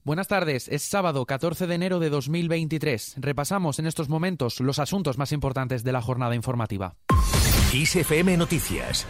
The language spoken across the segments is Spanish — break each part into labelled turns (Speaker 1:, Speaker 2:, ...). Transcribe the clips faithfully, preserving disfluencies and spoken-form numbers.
Speaker 1: Buenas tardes, es sábado catorce de enero de dos mil veintitrés. Repasamos en estos momentos los asuntos más importantes de la jornada informativa.
Speaker 2: Kiss F M Noticias.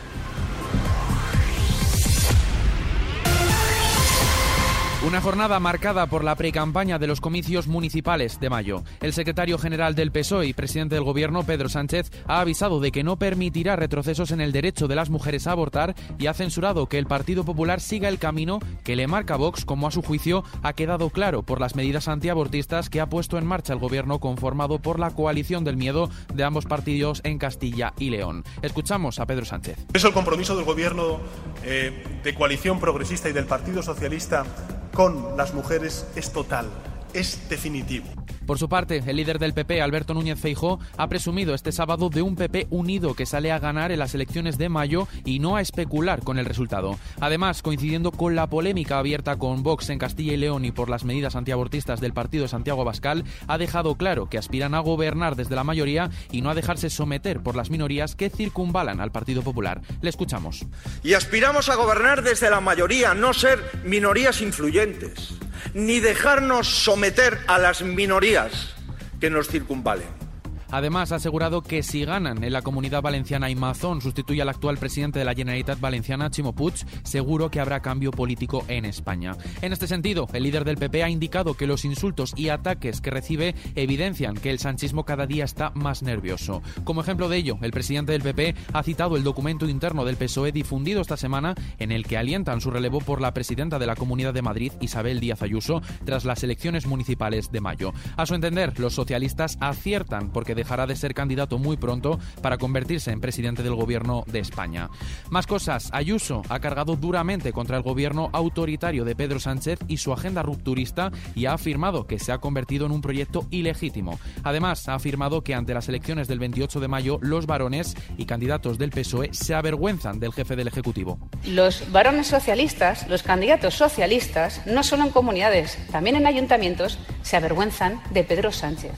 Speaker 1: Una jornada marcada por la precampaña de los comicios municipales de mayo. El secretario general del P S O E y presidente del Gobierno, Pedro Sánchez, ha avisado de que no permitirá retrocesos en el derecho de las mujeres a abortar y ha censurado que el Partido Popular siga el camino que le marca Vox, como a su juicio ha quedado claro por las medidas antiabortistas que ha puesto en marcha el Gobierno conformado por la coalición del miedo de ambos partidos en Castilla y León. Escuchamos a Pedro Sánchez.
Speaker 3: Es el compromiso del Gobierno eh, de coalición progresista y del Partido Socialista con las mujeres es total, es definitivo.
Speaker 1: Por su parte, el líder del P P, Alberto Núñez Feijóo, ha presumido este sábado de un P P unido que sale a ganar en las elecciones de mayo y no a especular con el resultado. Además, coincidiendo con la polémica abierta con Vox en Castilla y León y por las medidas antiabortistas del partido de Santiago Abascal, ha dejado claro que aspiran a gobernar desde la mayoría y no a dejarse someter por las minorías que circunvalan al Partido Popular. Le escuchamos.
Speaker 4: Y aspiramos a gobernar desde la mayoría, no ser minorías influyentes, ni dejarnos someter a las minorías que nos circunvalen.
Speaker 1: Además, ha asegurado que si ganan en la Comunidad Valenciana y Mazón sustituye al actual presidente de la Generalitat Valenciana, Ximo Puig, seguro que habrá cambio político en España. En este sentido, el líder del P P ha indicado que los insultos y ataques que recibe evidencian que el sanchismo cada día está más nervioso. Como ejemplo de ello, el presidente del P P ha citado el documento interno del P S O E difundido esta semana en el que alientan su relevo por la presidenta de la Comunidad de Madrid, Isabel Díaz Ayuso, tras las elecciones municipales de mayo. A su entender, los socialistas aciertan porque dejará de ser candidato muy pronto para convertirse en presidente del Gobierno de España. Más cosas. Ayuso ha cargado duramente contra el gobierno autoritario de Pedro Sánchez y su agenda rupturista y ha afirmado que se ha convertido en un proyecto ilegítimo. Además, ha afirmado que ante las elecciones del veintiocho de mayo, los varones y candidatos del P S O E se avergüenzan del jefe del Ejecutivo.
Speaker 5: Los varones socialistas, los candidatos socialistas, no solo en comunidades, también en ayuntamientos, se avergüenzan de Pedro Sánchez.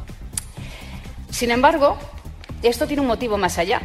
Speaker 5: Sin embargo, esto tiene un motivo más allá,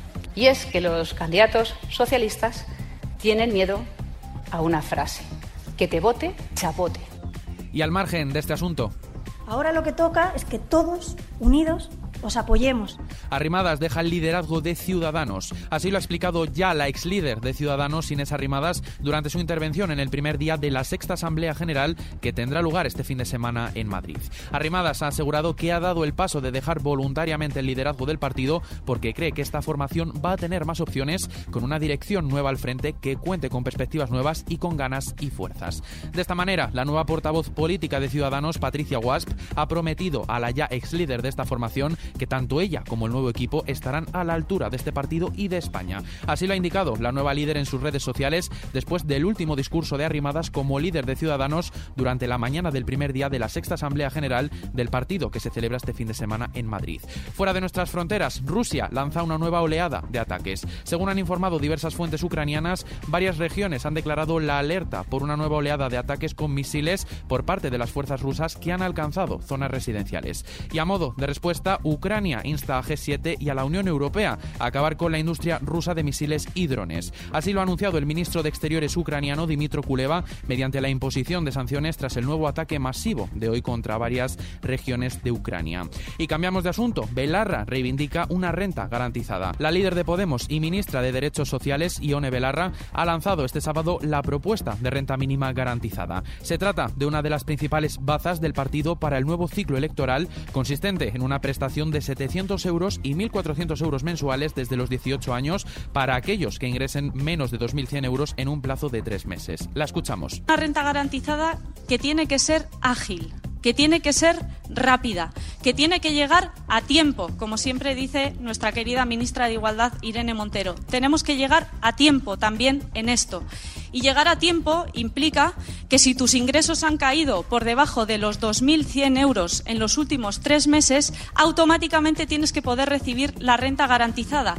Speaker 5: y es que los candidatos socialistas tienen miedo a una frase: que te vote, chapote.
Speaker 1: Y al margen de este asunto,
Speaker 6: ahora lo que toca es que todos, unidos, os apoyemos.
Speaker 1: Arrimadas deja el liderazgo de Ciudadanos. Así lo ha explicado ya la ex líder de Ciudadanos, Inés Arrimadas, durante su intervención en el primer día de la sexta Asamblea General que tendrá lugar este fin de semana en Madrid. Arrimadas ha asegurado que ha dado el paso de dejar voluntariamente el liderazgo del partido porque cree que esta formación va a tener más opciones con una dirección nueva al frente que cuente con perspectivas nuevas y con ganas y fuerzas. De esta manera, la nueva portavoz política de Ciudadanos, Patricia Guasp, ha prometido a la ya ex líder de esta formación que tanto ella como el nuevo equipo estarán a la altura de este partido y de España. Así lo ha indicado la nueva líder en sus redes sociales después del último discurso de Arrimadas como líder de Ciudadanos durante la mañana del primer día de la sexta Asamblea General del partido que se celebra este fin de semana en Madrid. Fuera de nuestras fronteras, Rusia lanza una nueva oleada de ataques. Según han informado diversas fuentes ucranianas, varias regiones han declarado la alerta por una nueva oleada de ataques con misiles por parte de las fuerzas rusas que han alcanzado zonas residenciales. Y a modo de respuesta, Ucrania insta a G siete y a la Unión Europea a acabar con la industria rusa de misiles y drones. Así lo ha anunciado el ministro de Exteriores ucraniano, Dmytro Kuleba, mediante la imposición de sanciones tras el nuevo ataque masivo de hoy contra varias regiones de Ucrania. Y cambiamos de asunto. Belarra reivindica una renta garantizada. La líder de Podemos y ministra de Derechos Sociales, Ione Belarra, ha lanzado este sábado la propuesta de renta mínima garantizada. Se trata de una de las principales bazas del partido para el nuevo ciclo electoral, consistente en una prestación de setecientos euros y mil cuatrocientos euros mensuales desde los dieciocho años para aquellos que ingresen menos de dos mil cien euros en un plazo de tres meses. La escuchamos.
Speaker 7: Una renta garantizada que tiene que ser ágil, que tiene que ser rápida, que tiene que llegar a tiempo, como siempre dice nuestra querida ministra de Igualdad, Irene Montero. Tenemos que llegar a tiempo también en esto. Y llegar a tiempo implica que si tus ingresos han caído por debajo de los dos mil cien euros en los últimos tres meses, automáticamente tienes que poder recibir la renta garantizada.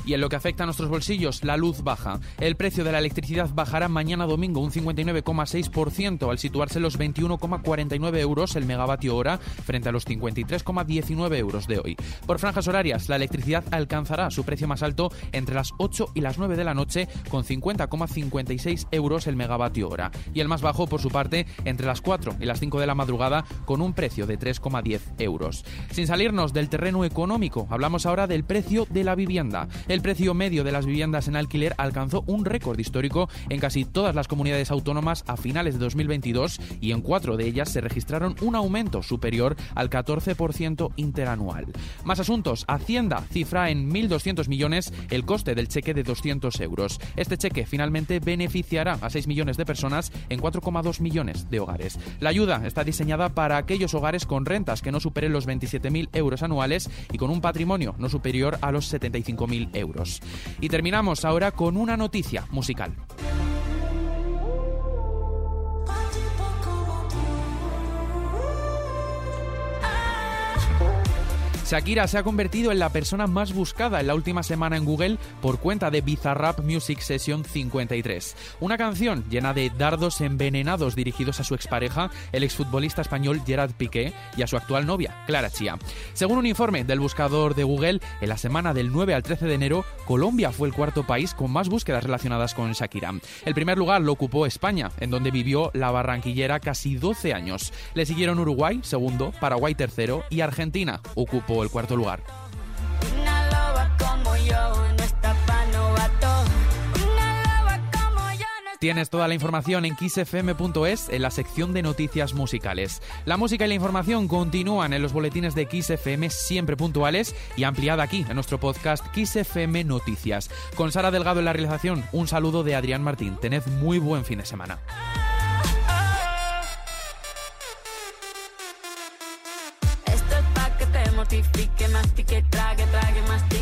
Speaker 1: Y en lo que afecta a nuestros bolsillos, la luz baja. El precio de la electricidad bajará mañana domingo un cincuenta y nueve coma seis por ciento al situarse en los veintiuno coma cuarenta y nueve euros el megavatio hora frente a los cincuenta y tres coma diecinueve euros de hoy. Por franjas horarias, la electricidad alcanzará su precio más alto entre las ocho y las nueve de la noche con cincuenta coma cincuenta y seis euros el megavatio hora. Y el más bajo, por su parte, entre las cuatro y las cinco de la madrugada con un precio de tres coma diez euros. Sin salirnos del terreno económico, hablamos ahora del precio de la vivienda. El precio medio de las viviendas en alquiler alcanzó un récord histórico en casi todas las comunidades autónomas a finales de dos mil veintidós y en cuatro de ellas se registraron un aumento superior al catorce por ciento interanual. Más asuntos. Hacienda cifra en mil doscientos millones el coste del cheque de doscientos euros. Este cheque finalmente beneficiará a seis millones de personas en cuatro coma dos millones de hogares. La ayuda está diseñada para aquellos hogares con rentas que no superen los veintisiete mil euros anuales y con un patrimonio no superior a los setenta y cinco mil euros. Y terminamos ahora con una noticia musical. Shakira se ha convertido en la persona más buscada en la última semana en Google por cuenta de Bizarrap Music Session cincuenta y tres. Una canción llena de dardos envenenados dirigidos a su expareja, el exfutbolista español Gerard Piqué, y a su actual novia, Clara Chía. Según un informe del buscador de Google, en la semana del nueve al trece de enero, Colombia fue el cuarto país con más búsquedas relacionadas con Shakira. El primer lugar lo ocupó España, en donde vivió la barranquillera casi doce años. Le siguieron Uruguay, segundo, Paraguay, tercero, y Argentina ocupó el cuarto lugar.
Speaker 8: Una loba como yo no está pa' novato. Una loba como yo no está...
Speaker 1: Tienes toda la información en kiss f m punto es en la sección de noticias musicales. La música y la información continúan en los boletines de Kiss F M, siempre puntuales, y ampliada aquí en nuestro podcast Kiss F M Noticias. Con Sara Delgado en la realización, un saludo de Adrián Martín. Tened muy buen fin de semana.
Speaker 8: Esto es pa' que te mortifique, mastique, trague, trague, mastique.